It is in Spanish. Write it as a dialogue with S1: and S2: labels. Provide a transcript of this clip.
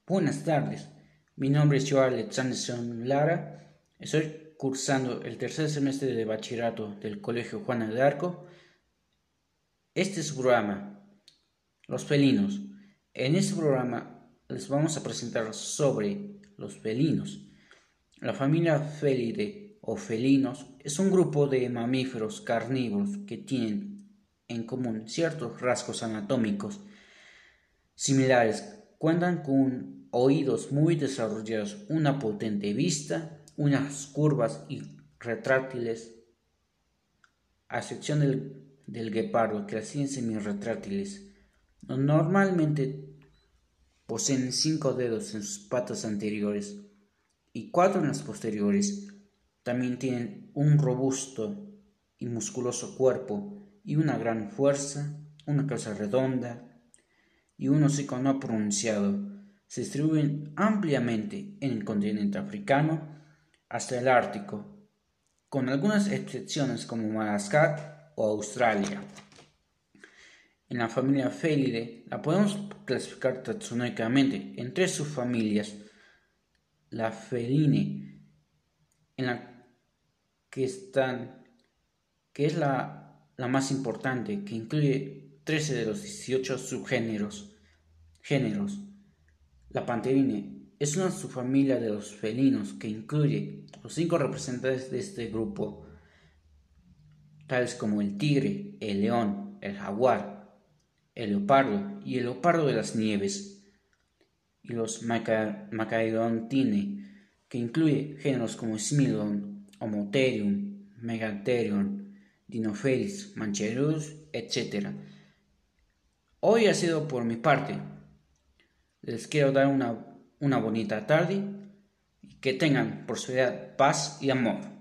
S1: Buenas tardes, mi nombre es Joao Alexander Lara, estoy cursando el tercer semestre de bachillerato del Colegio Juana de Arco. Este es su programa, Los Felinos. En este programa les vamos a presentar sobre los felinos. La familia Felidae o felinos es un grupo de mamíferos carnívoros que tienen en común ciertos rasgos anatómicos similares. Cuentan con oídos muy desarrollados, una potente vista, unas curvas y retráctiles, a excepción del guepardo, que las tiene semirretráctiles. Normalmente poseen 5 dedos en sus patas anteriores y 4 en las posteriores. También tienen un robusto y musculoso cuerpo y una gran fuerza, una cabeza redonda y un hocico no pronunciado. Se distribuyen ampliamente en el continente africano hasta el Ártico, con algunas excepciones como Madagascar o Australia. En la familia Felidae la podemos clasificar taxonómicamente en 3 subfamilias: la Feline, en la que es la más importante, que incluye 13 de los 18 subgéneros. La Pantherae es una subfamilia de los felinos que incluye los 5 representantes de este grupo, tales como el tigre, el león, el jaguar, el leopardo y el leopardo de las nieves, y los Machaerodontidae, que incluye géneros como Smilodon, Homotherium, Megatherium, Dinophalis, Manchurus, etc. Hoy ha sido por mi parte. Les quiero dar una bonita tarde y que tengan prosperidad, paz y amor.